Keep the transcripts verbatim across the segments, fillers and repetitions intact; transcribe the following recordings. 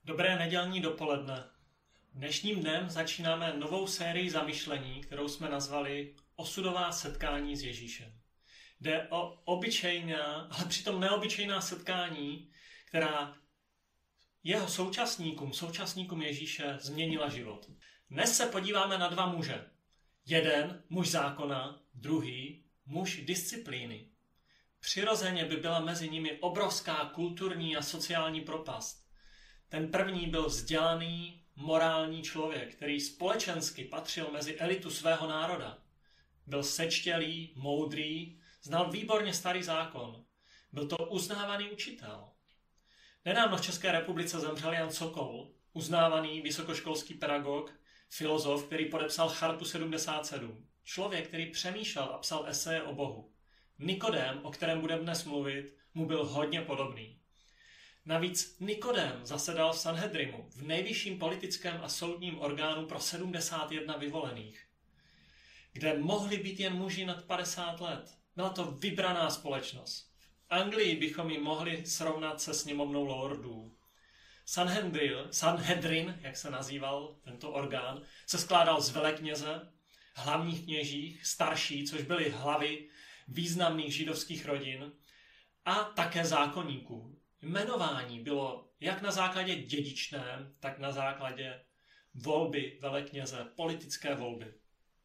Dobré nedělní dopoledne. Dnešním dnem začínáme novou sérii zamyšlení, kterou jsme nazvali Osudová setkání s Ježíšem. Jde o obyčejná, ale přitom neobyčejná setkání, která jeho současníkům, současníkům Ježíše změnila život. Dnes se podíváme na dva muže. Jeden muž zákona, druhý muž disciplíny. Přirozeně by byla mezi nimi obrovská kulturní a sociální propast. Ten první byl vzdělaný, morální člověk, který společensky patřil mezi elitu svého národa. Byl sečtělý, moudrý, znal výborně starý zákon. Byl to uznávaný učitel. Nedávno v České republice zemřel Jan Sokol, uznávaný vysokoškolský pedagog, filozof, který podepsal Chartu sedmdesát sedm. Člověk, který přemýšlel a psal eseje o Bohu. Nikodém, o kterém budeme dnes mluvit, mu byl hodně podobný. Navíc Nikodém zasedal v Sanhedrimu, v nejvyšším politickém a soudním orgánu pro sedmdesát jedna vyvolených, kde mohli být jen muži nad padesát let. Byla to vybraná společnost. V Anglii bychom ji mohli srovnat se sněmovnou lordů. Sanhedrin, Sanhedrin, jak se nazýval tento orgán, se skládal z velekněze, hlavních kněžích, starší, což byly hlavy významných židovských rodin, a také zákonníků. Jmenování bylo jak na základě dědičném, tak na základě volby velekněze, politické volby.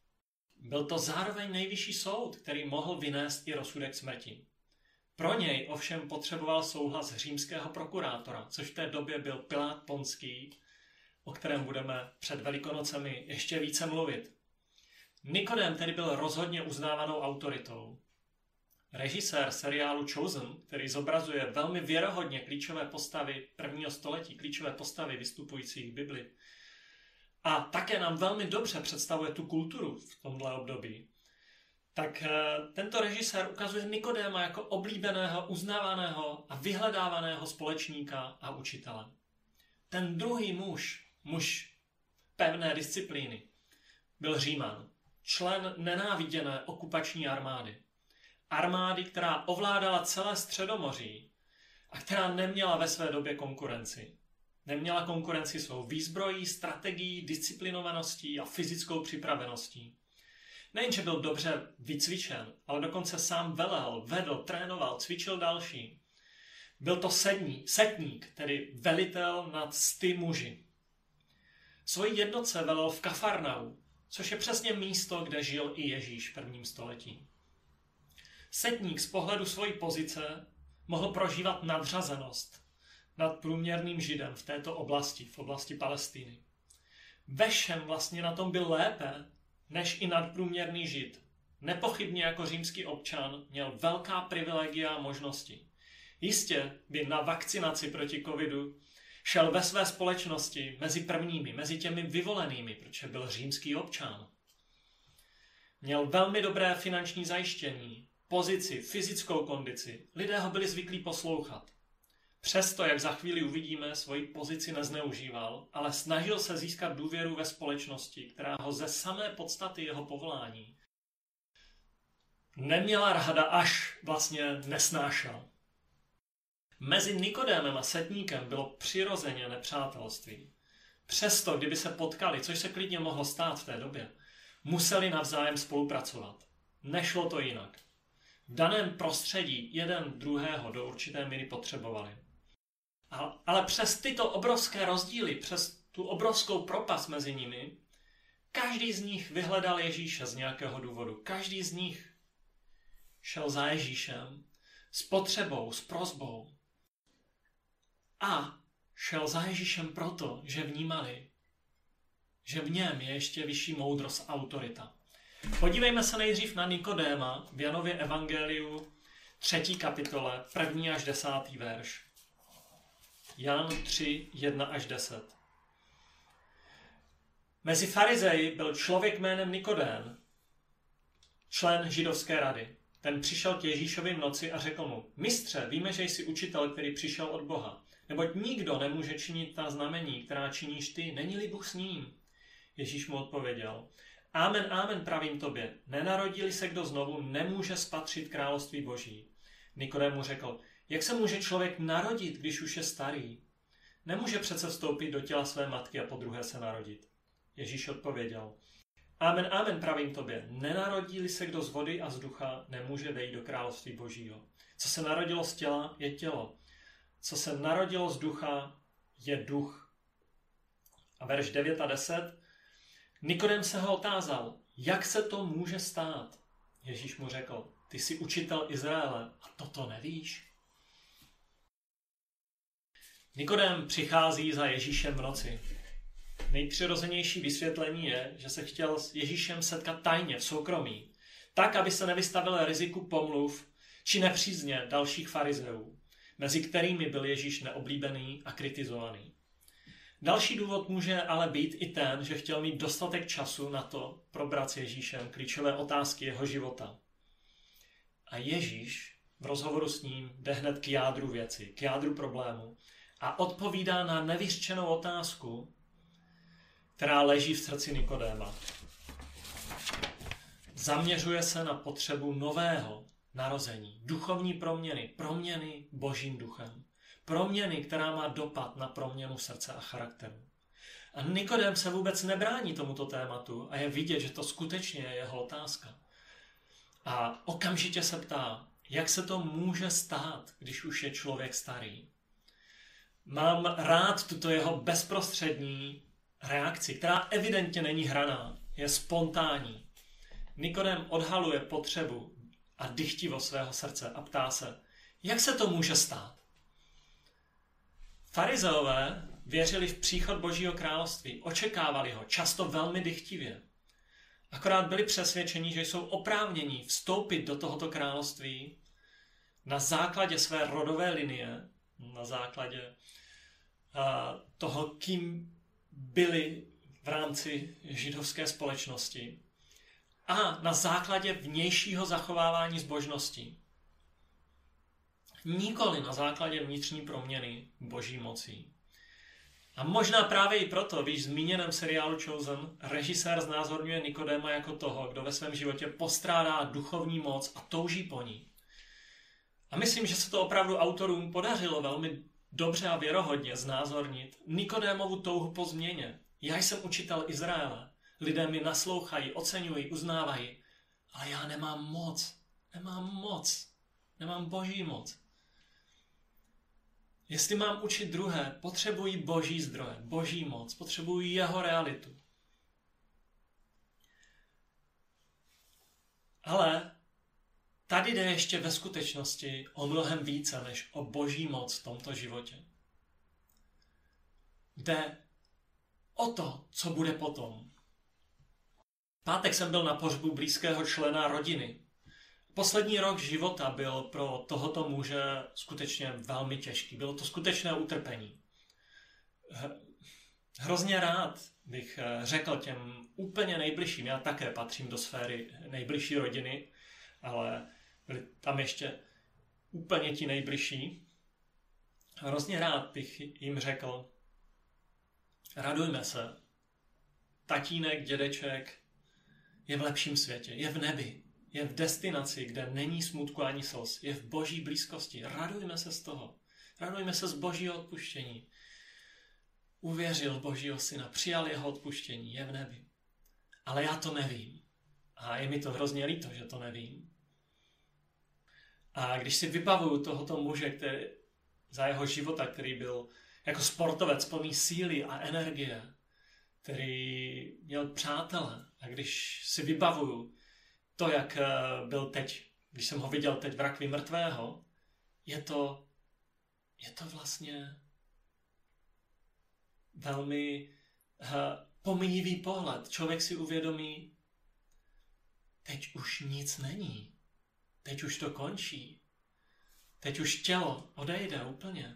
Byl to zároveň nejvyšší soud, který mohl vynést i rozsudek smrti. Pro něj ovšem potřeboval souhlas římského prokurátora, což v té době byl Pilát Ponský, o kterém budeme před Velikonocemi ještě více mluvit. Nikodém tedy byl rozhodně uznávanou autoritou. Režisér seriálu Chosen, který zobrazuje velmi věrohodně klíčové postavy prvního století, klíčové postavy vystupující v Bibli, a také nám velmi dobře představuje tu kulturu v tomhle období, tak tento režisér ukazuje Nikodéma jako oblíbeného, uznávaného a vyhledávaného společníka a učitele. Ten druhý muž, muž pevné disciplíny, byl Říman, člen nenáviděné okupační armády. Armády, která ovládala celé Středomoří a která neměla ve své době konkurenci. Neměla konkurenci svou výzbrojí, strategií, disciplinovaností a fyzickou připraveností. Nejenže byl dobře vycvičen, ale dokonce sám velel, vedl, trénoval, cvičil další. Byl to sední, setník, tedy velitel nad sty muži. Svoji jednotce velel v Kafarnau, což je přesně místo, kde žil i Ježíš v prvním století. Setník z pohledu svojí pozice mohl prožívat nadřazenost nad průměrným Židem v této oblasti, v oblasti Palestiny. Ve všem vlastně na tom byl lépe než i nadprůměrný Žid. Nepochybně jako římský občan měl velká privilegia a možnosti. Jistě by na vakcinaci proti covidu šel ve své společnosti mezi prvními, mezi těmi vyvolenými, protože byl římský občan. Měl velmi dobré finanční zajištění, pozici, fyzickou kondici. Lidé ho byli zvyklí poslouchat. Přesto, jak za chvíli uvidíme, svoji pozici nezneužíval, ale snažil se získat důvěru ve společnosti, která ho ze samé podstaty jeho povolání neměla ráda, až vlastně nesnášel. Mezi Nikodémem a setníkem bylo přirozeně nepřátelství. Přesto, kdyby se potkali, což se klidně mohlo stát v té době, museli navzájem spolupracovat. Nešlo to jinak. V daném prostředí jeden druhého do určité míry potřebovali. Ale přes tyto obrovské rozdíly, přes tu obrovskou propast mezi nimi, každý z nich vyhledal Ježíše z nějakého důvodu. Každý z nich šel za Ježíšem s potřebou, s prosbou. A šel za Ježíšem proto, že vnímali, že v něm je ještě vyšší moudrost a autorita. Podívejme se nejdřív na Nikodéma v Janově evangeliu třetí kapitole, první až desátý verš. Jan tři, jedna až deset. Mezi farizeji byl člověk jménem Nikodém, člen židovské rady. Ten přišel k Ježíšovi v noci a řekl mu: Mistře, víme, že jsi učitel, který přišel od Boha, neboť nikdo nemůže činit ta znamení, která činíš ty, není-li Bůh s ním. Ježíš mu odpověděl: Amen, amen, pravím tobě, nenarodí-li se kdo znovu, nemůže spatřit království Boží. Nikodém mu řekl: Jak se může člověk narodit, když už je starý? Nemůže přece vstoupit do těla své matky a podruhé se narodit. Ježíš odpověděl: Amen, amen, pravím tobě, nenarodí-li se kdo z vody a z ducha, nemůže vejít do království Božího. Co se narodilo z těla, je tělo. Co se narodilo z ducha, je duch. A verš devět a deset. Nikodem se ho otázal, jak se to může stát? Ježíš mu řekl: Ty jsi učitel Izraele a toto nevíš? Nikodem přichází za Ježíšem v noci. Nejpřirozenější vysvětlení je, že se chtěl s Ježíšem setkat tajně v soukromí, tak, aby se nevystavil riziku pomluv či nepřízně dalších farizeů, mezi kterými byl Ježíš neoblíbený a kritizovaný. Další důvod může ale být i ten, že chtěl mít dostatek času na to probrat s Ježíšem klíčové otázky jeho života. A Ježíš v rozhovoru s ním jde hned k jádru věci, k jádru problému a odpovídá na nevyřčenou otázku, která leží v srdci Nikodéma. Zaměřuje se na potřebu nového narození, duchovní proměny, proměny Božím duchem. Proměny, která má dopad na proměnu srdce a charakteru. A Nikodém se vůbec nebrání tomuto tématu a je vidět, že to skutečně je jeho otázka. A okamžitě se ptá, jak se to může stát, když už je člověk starý. Mám rád tuto jeho bezprostřední reakci, která evidentně není hraná, je spontánní. Nikodém odhaluje potřebu a dychtivost svého srdce a ptá se, jak se to může stát? Farizeové věřili v příchod Božího království, očekávali ho, často velmi dychtivě. Akorát byli přesvědčeni, že jsou oprávnění vstoupit do tohoto království na základě své rodové linie, na základě uh, toho, kým byli v rámci židovské společnosti a na základě vnějšího zachovávání zbožnosti. Nikoli na základě vnitřní proměny Boží mocí. A možná právě i proto, víš, v zmíněném seriálu Chosen režisér znázorňuje Nikodéma jako toho, kdo ve svém životě postrádá duchovní moc a touží po ní. A myslím, že se to opravdu autorům podařilo velmi dobře a věrohodně znázornit Nikodémovu touhu po změně. Já jsem učitel Izraele. Lidé mi naslouchají, oceňují, uznávají. Ale já nemám moc. Nemám moc. Nemám Boží moc. Jestli mám učit druhé, potřebují Boží zdroje, Boží moc, potřebují jeho realitu. Ale tady jde ještě ve skutečnosti o mnohem více než o Boží moc v tomto životě. Jde o to, co bude potom. V pátek jsem byl na pohřbu blízkého člena rodiny. Poslední rok života byl pro tohoto muže skutečně velmi těžký. Bylo to skutečné utrpení. Hrozně rád bych řekl těm úplně nejbližším, já také patřím do sféry nejbližší rodiny, ale byli tam ještě úplně ti nejbližší. Hrozně rád bych jim řekl, radujme se, tatínek, dědeček je v lepším světě, je v nebi. Je v destinaci, kde není smutku ani slz. Je v Boží blízkosti. Radujme se z toho. Radujme se z Božího odpuštění. Uvěřil v Božího syna, přijal jeho odpuštění, je v nebi. Ale já to nevím. A je mi to hrozně líto, že to nevím. A když si vybavuju tohoto muže, který, za jeho života, který byl jako sportovec plný síly a energie, který měl přátele, a když si vybavuju to, jak byl teď, když jsem ho viděl teď v rakvi mrtvého, je to, je to vlastně velmi uh, pomíjivý pohled. Člověk si uvědomí, teď už nic není. Teď už to končí. Teď už tělo odejde úplně.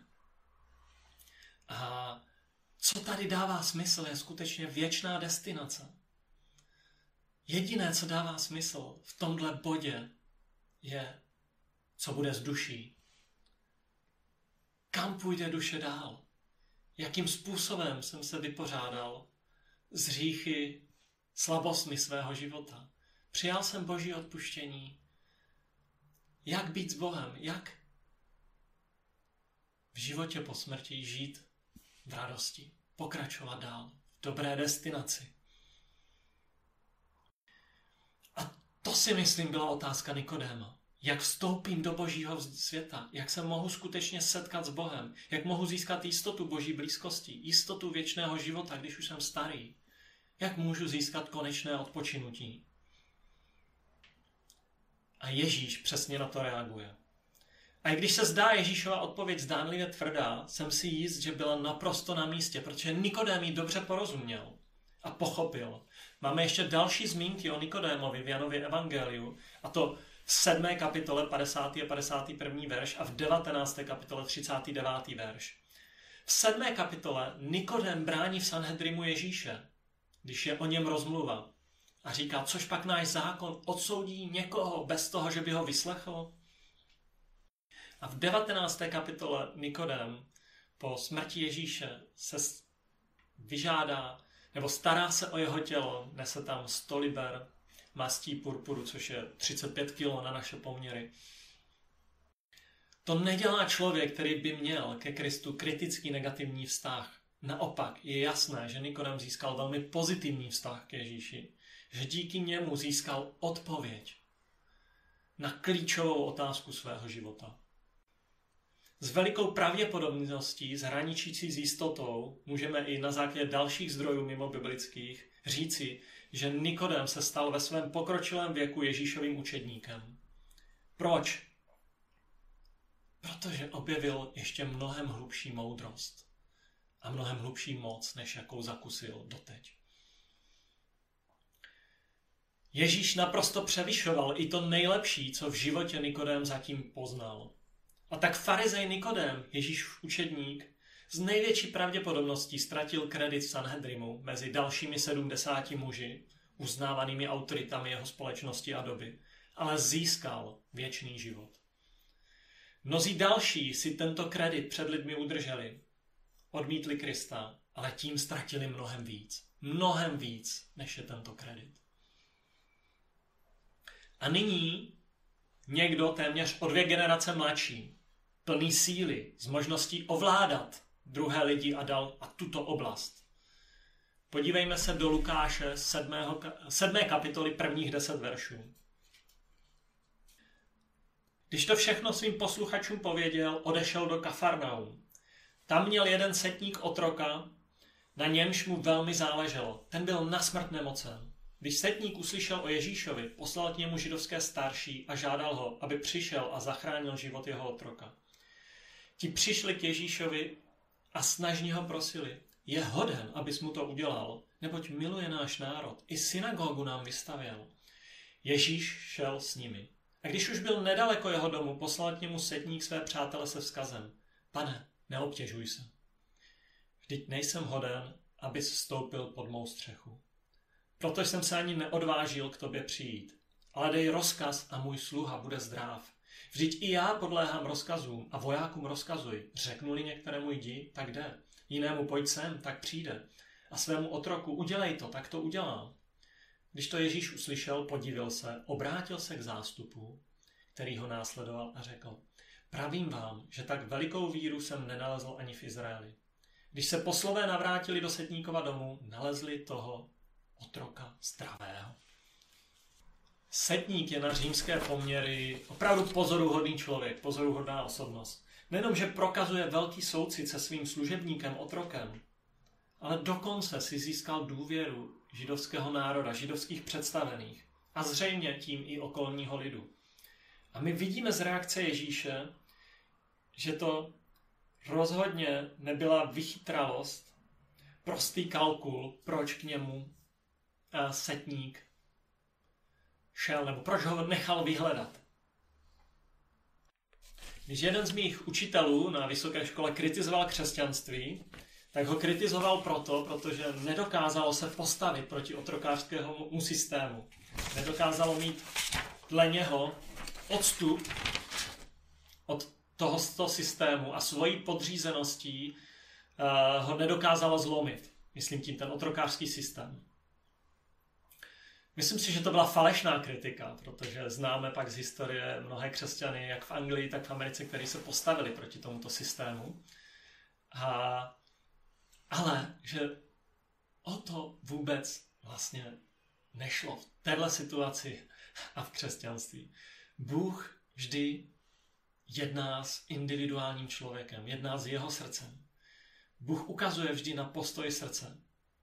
A co tady dává smysl, je skutečně věčná destinace. Jediné, co dává smysl v tomhle bodě, je, co bude s duší. Kam půjde duše dál? Jakým způsobem jsem se vypořádal s hříchy, slabostmi svého života? Přijal jsem Boží odpuštění. Jak být s Bohem? Jak v životě po smrti žít v radosti, pokračovat dál, v dobré destinaci. A to si myslím byla otázka Nikodéma. Jak vstoupím do božího světa? Jak se mohu skutečně setkat s Bohem? Jak mohu získat jistotu boží blízkosti? Jistotu věčného života, když už jsem starý? Jak můžu získat konečné odpočinutí? A Ježíš přesně na to reaguje. A i když se zdá Ježíšova odpověď zdánlivě tvrdá, jsem si jist, že byla naprosto na místě, protože Nikodém ji dobře porozuměl a pochopil. Máme ještě další zmínky o Nikodémovi v Janově evangeliu, a to v sedmé kapitole padesátý a padesátý první verš a v devatenácté kapitole třicátý devátý verš. V sedmé kapitole Nikodém brání v Sanhedrimu Ježíše, když je o něm rozmluva, a říká, což pak náš zákon odsoudí někoho bez toho, že by ho vyslechl? A v devatenácté kapitole Nikodém po smrti Ježíše se vyžádá, nebo stará se o jeho tělo, nese tam sto liber mastí purpuru, což je třicet pět kilo na naše poměry. To nedělá člověk, který by měl ke Kristu kritický negativní vztah. Naopak je jasné, že Nikodém získal velmi pozitivní vztah k Ježíši, že díky němu získal odpověď na klíčovou otázku svého života. S velikou pravděpodobností, zhraničící s jistotou, můžeme i na základě dalších zdrojů mimo biblických říci, že Nikodém se stal ve svém pokročilém věku Ježíšovým učedníkem. Proč? Protože objevil ještě mnohem hlubší moudrost a mnohem hlubší moc, než jakou zakusil doteď. Ježíš naprosto převyšoval i to nejlepší, co v životě Nikodém zatím poznal. A tak farizej Nikodém, Ježíšův učedník, z největší pravděpodobností ztratil kredit v Sanhedrimu mezi dalšími sedmdesáti muži, uznávanými autoritami jeho společnosti a doby, ale získal věčný život. Mnozí další si tento kredit před lidmi udrželi, odmítli Krista, ale tím ztratili mnohem víc. Mnohem víc, než je tento kredit. A nyní někdo téměř o dvě generace mladší, plný síly, s možností ovládat druhé lidi a dal a tuto oblast. Podívejme se do Lukáše sedmého, sedmé kapitoly prvních deset veršů. Když to všechno svým posluchačům pověděl, odešel do Kafarnaum. Tam měl jeden setník otroka, na němž mu velmi záleželo. Ten byl na smrt nemocen. Když setník uslyšel o Ježíšovi, poslal k němu židovské starší a žádal ho, aby přišel a zachránil život jeho otroka. Ti přišli k Ježíšovi a snažně ho prosili, je hoden, abys mu to udělal, neboť miluje náš národ, i synagogu nám vystavěl. Ježíš šel s nimi. A když už byl nedaleko jeho domu, poslal k němu setník své přátele se vzkazem. Pane, neobtěžuj se. Vždyť nejsem hoden, abys vstoupil pod mou střechu. Proto jsem se ani neodvážil k tobě přijít. Ale dej rozkaz a můj sluha bude zdrav. Vždyť i já podléhám rozkazům a vojákům rozkazuji. Řeknu-li některému jdi, tak jde. Jinému pojď sem, tak přijde. A svému otroku udělej to, tak to udělám. Když to Ježíš uslyšel, podivil se, obrátil se k zástupu, který ho následoval a řekl, pravím vám, že tak velikou víru jsem nenalezl ani v Izraeli. Když se poslové navrátili do setníkova domu, nalezli toho otroka zdravého. Setník je na římské poměry opravdu pozoruhodný člověk, pozoruhodná osobnost. Nejenom, že prokazuje velký soucit se svým služebníkem, otrokem, ale dokonce si získal důvěru židovského národa, židovských představených a zřejmě tím i okolního lidu. A my vidíme z reakce Ježíše, že to rozhodně nebyla vychytralost, prostý kalkul, proč k němu setník šel, nebo proč ho nechal vyhledat. Když jeden z mých učitelů na vysoké škole kritizoval křesťanství, tak ho kritizoval proto, protože nedokázalo se postavit proti otrokářskému systému. Nedokázalo mít dle něho odstup od tohoto systému a svojí podřízeností uh, ho nedokázalo zlomit. Myslím tím ten otrokářský systém. Myslím si, že to byla falešná kritika, protože známe pak z historie mnohé křesťany, jak v Anglii, tak v Americe, kteří se postavili proti tomuto systému. A Ale že o to vůbec vlastně nešlo v téhle situaci a v křesťanství. Bůh vždy jedná s individuálním člověkem, jedná s jeho srdcem. Bůh ukazuje vždy na postoj srdce.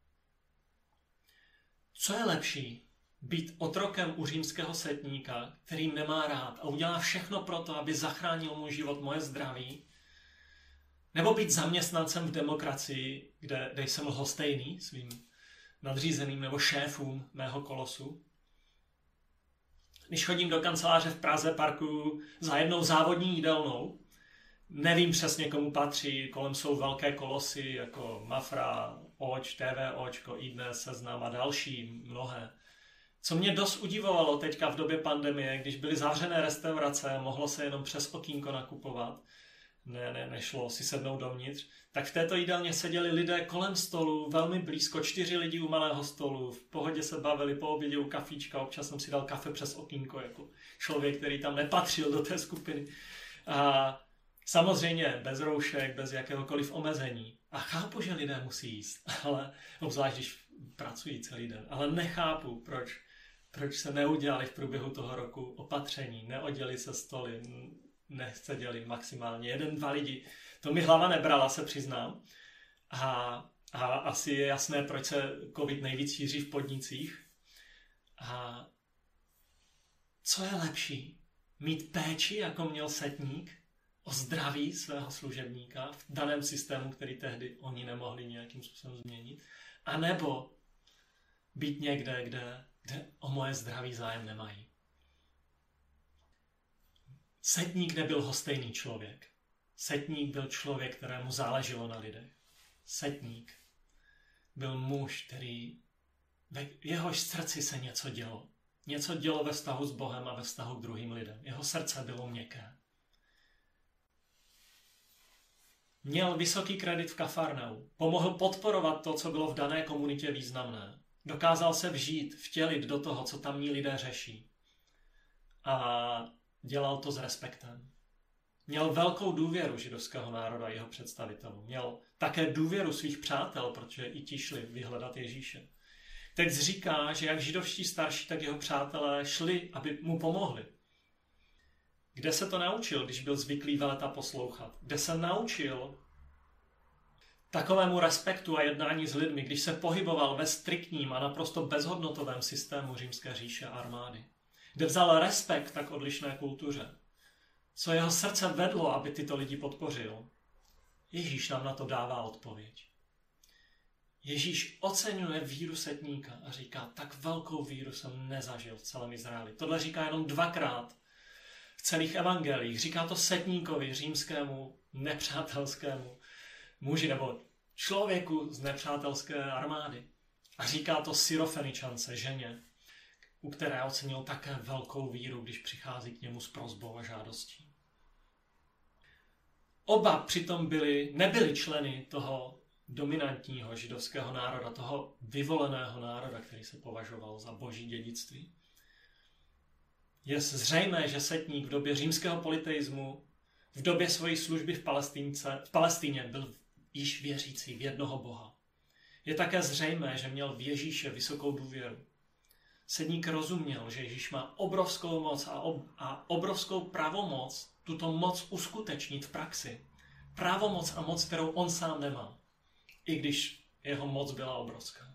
Co je lepší? Být otrokem u římského setníka, který nemá rád a udělá všechno pro to, aby zachránil můj život, moje zdraví, nebo být zaměstnancem v demokracii, kde, kde jsem lhostejný svým nadřízeným nebo šéfům mého kolosu. Když chodím do kanceláře v Praze, parkuju za jednou závodní jídelnou, nevím přesně, komu patří, kolem jsou velké kolosy jako Mafra, Oč, T V Očko, iDnes, Seznam a další mnohé. Co mě dost udivovalo teďka v době pandemie, když byly zavřené restaurace, mohlo se jenom přes okýnko nakupovat, ne, ne, nešlo si sednout dovnitř, tak v této jídelně seděli lidé kolem stolu, velmi blízko, čtyři lidi u malého stolu, v pohodě se bavili, po obědě u kafíčka, občas jsem si dal kafe přes okýnko, jako člověk, který tam nepatřil do té skupiny. A samozřejmě bez roušek, bez jakéhokoliv omezení. A chápu, že lidé musí jíst, ale obzvlášť, když pracují celý den. Ale nechápu, proč, proč se neudělali v průběhu toho roku opatření, neoděli se stoly, neseděli maximálně jeden, dva lidi. To mi hlava nebrala, se přiznám. A, a asi je jasné, proč se covid nejvíc šíří v podnicích. A co je lepší? Mít péči, jako měl setník, o zdraví svého služebníka v daném systému, který tehdy oni nemohli nějakým způsobem změnit, a nebo být někde, kde, kde o moje zdraví zájem nemají. Setník nebyl hostejný člověk. Setník byl člověk, kterému záleželo na lidech. Setník byl muž, který ve jehož srdci se něco dělo. Něco dělo ve vztahu s Bohem a ve vztahu k druhým lidem. Jeho srdce bylo měkké. Měl vysoký kredit v Kafarnau. Pomohl podporovat to, co bylo v dané komunitě významné. Dokázal se vžít, vtělit do toho, co tamní lidé řeší. A dělal to s respektem. Měl velkou důvěru židovského národa a jeho představitelů. Měl také důvěru svých přátel, protože i ti šli vyhledat Ježíše. Text říká, že jak židovští starší, tak jeho přátelé šli, aby mu pomohli. Kde se to naučil, když byl zvyklý veleta poslouchat? Kde se naučil takovému respektu a jednání s lidmi, když se pohyboval ve striktním a naprosto bezhodnotovém systému římské říše a armády? Kde vzal respekt tak odlišné kultuře? Co jeho srdce vedlo, aby tyto lidi podpořil? Ježíš nám na to dává odpověď. Ježíš oceňuje víru setníka a říká, tak velkou víru jsem nezažil v celém Izraeli. Tohle říká jenom dvakrát v celých evangelích. Říká to setníkovi, římskému, nepřátelskému muži nebo člověku z nepřátelské armády. A říká to Syrofeničance, ženě, u které ocenil také velkou víru, když přichází k němu s prosbou a žádostí. Oba přitom byli, nebyli členy toho dominantního židovského národa, toho vyvoleného národa, který se považoval za boží dědictví. Je zřejmé, že setník v době římského politeismu, v době své služby v, v Palestíně byl již věřící v jednoho Boha. Je také zřejmé, že měl v Ježíše vysokou důvěru. Setník rozuměl, že Ježíš má obrovskou moc a, ob, a obrovskou pravomoc tuto moc uskutečnit v praxi. Pravomoc a moc, kterou on sám nemá, i když jeho moc byla obrovská.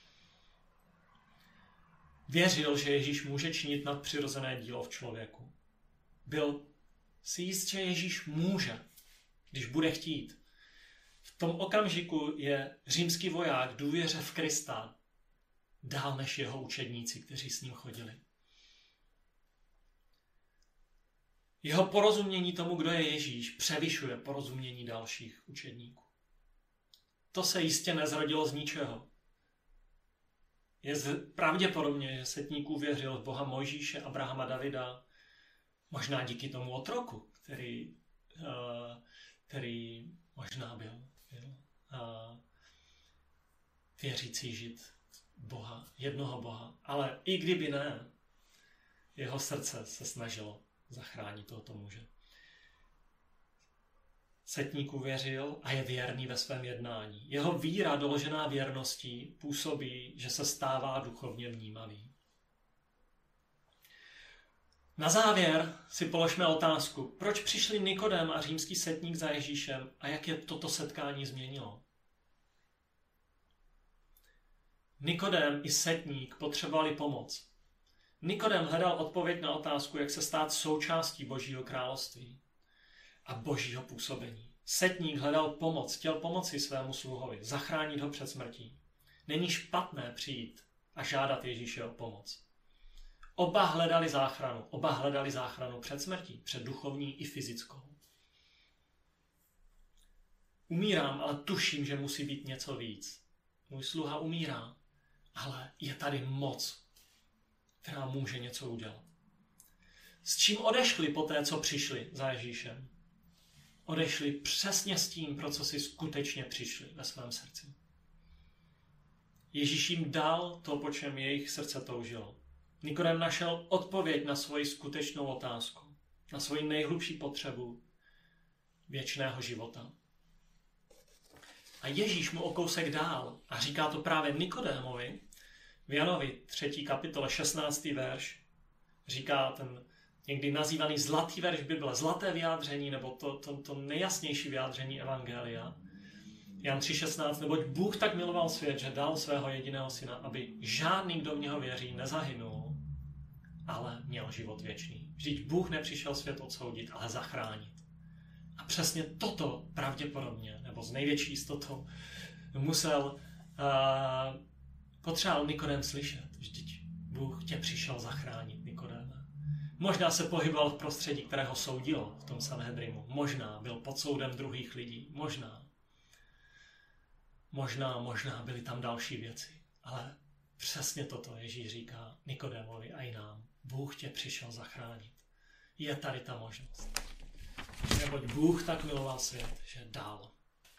Věřil, že Ježíš může činit nadpřirozené dílo v člověku. Byl si jist, že Ježíš může, když bude chtít. V tom okamžiku je římský voják důvěře v Krista dál než jeho učedníci, kteří s ním chodili. Jeho porozumění tomu, kdo je Ježíš, převyšuje porozumění dalších učedníků. To se jistě nezrodilo z ničeho. Je pravděpodobně, že setník uvěřil v Boha Mojžíše, Abrahama, Davida, možná díky tomu otroku, který, uh, který možná byl, byl uh, věřící žid Boha, jednoho Boha. Ale i kdyby ne, jeho srdce se snažilo zachránit tohoto muže. Setník uvěřil a je věrný ve svém jednání. Jeho víra doložená věrností působí, že se stává duchovně vnímavý. Na závěr si položme otázku, proč přišli Nikodem a římský setník za Ježíšem a jak je toto setkání změnilo. Nikodem i setník potřebovali pomoc. Nikodem hledal odpověď na otázku, jak se stát součástí Božího království a Božího působení. Setník hledal pomoc, chtěl pomoci svému sluhovi, zachránit ho před smrtí. Není špatné přijít a žádat Ježíše o pomoc. Oba hledali záchranu, oba hledali záchranu před smrtí, před duchovní i fyzickou. Umírám, ale tuším, že musí být něco víc. Můj sluha umírá, ale je tady moc, která může něco udělat. S čím odešli po té, co přišli za Ježíšem? Odešli přesně s tím, pro co si skutečně přišli ve svém srdci. Ježíš jim dal to, po čem jejich srdce toužilo. Nikodem našel odpověď na svoji skutečnou otázku, na svoji nejhlubší potřebu věčného života. A Ježíš mu o kousek dál, a říká to právě Nikodémovi, v Janovi třetí kapitole šestnáctý verš, říká ten někdy nazývaný zlatý verš Bible, zlaté vyjádření, nebo to, to, to nejjasnější vyjádření Evangelia. Jan tři šestnáct, neboť Bůh tak miloval svět, že dal svého jediného syna, aby žádný, kdo v něho věří, nezahynul, ale měl život věčný. Vždyť Bůh nepřišel svět odsoudit, ale zachránit. A přesně toto pravděpodobně, nebo s největší jistotou, musel, uh, potřeboval Nikodem slyšet. Vždyť Bůh tě přišel zachránit, Nikodéme. Možná se pohyboval v prostředí, které ho soudilo v tom Sanhedrimu. Možná byl pod soudem druhých lidí. Možná. Možná, možná byly tam další věci. Ale přesně toto Ježíš říká Nikodémovi a i nám. Bůh tě přišel zachránit. Je tady ta možnost. Neboť Bůh tak miloval svět, že dal.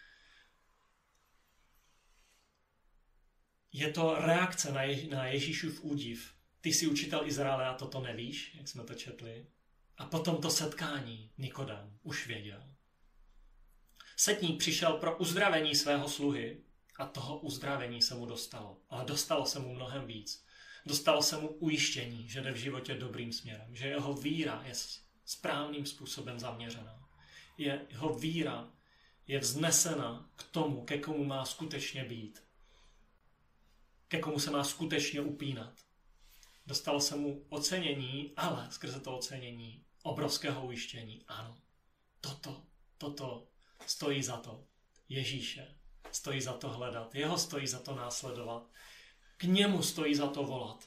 Je to reakce na, Jež- na Ježíšův údiv. Ty jsi učitel Izraele a toto nevíš, jak jsme to četli. A potom to setkání Nikodem už věděl. Setník přišel pro uzdravení svého sluhy a toho uzdravení se mu dostalo. Ale dostalo se mu mnohem víc. Dostalo se mu ujištění, že jde v životě dobrým směrem, že jeho víra je správným způsobem zaměřená. Je, jeho víra je vznesena k tomu, ke komu má skutečně být. Ke komu se má skutečně upínat. Dostalo se mu ocenění, ale skrze to ocenění obrovského ujištění. Ano, toto, toto stojí za to. Ježíše stojí za to hledat. Jeho stojí za to následovat. K němu stojí za to volat.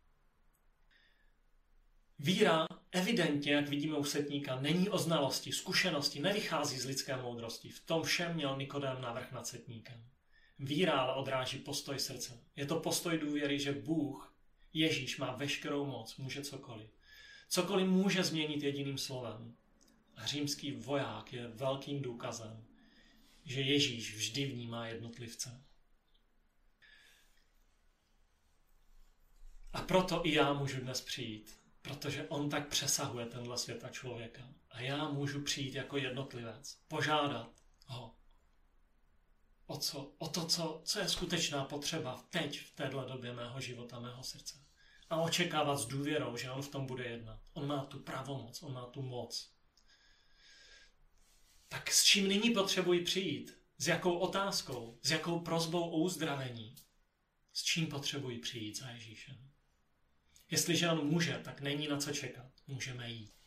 Víra evidentně, jak vidíme u setníka, není o znalosti, zkušenosti, nevychází z lidské moudrosti. V tom všem měl Nikodém navrch nad setníkem. Víra ale odráží postoj srdce. Je to postoj důvěry, že Bůh, Ježíš, má veškerou moc, může cokoliv. Cokoliv může změnit jediným slovem. A římský voják je velkým důkazem, že Ježíš vždy vnímá jednotlivce. A proto i já můžu dnes přijít, protože on tak přesahuje tenhle svět a člověka. A já můžu přijít jako jednotlivec, požádat ho o, co, o to, co, co je skutečná potřeba teď, v téhle době mého života, mého srdce. A očekávat s důvěrou, že on v tom bude jednat. On má tu pravomoc, on má tu moc. Tak s čím nyní potřebuji přijít? S jakou otázkou? S jakou prosbou o uzdravení? S čím potřebuji přijít za Ježíšem? Jestliže on může, tak není na co čekat. Můžeme jít.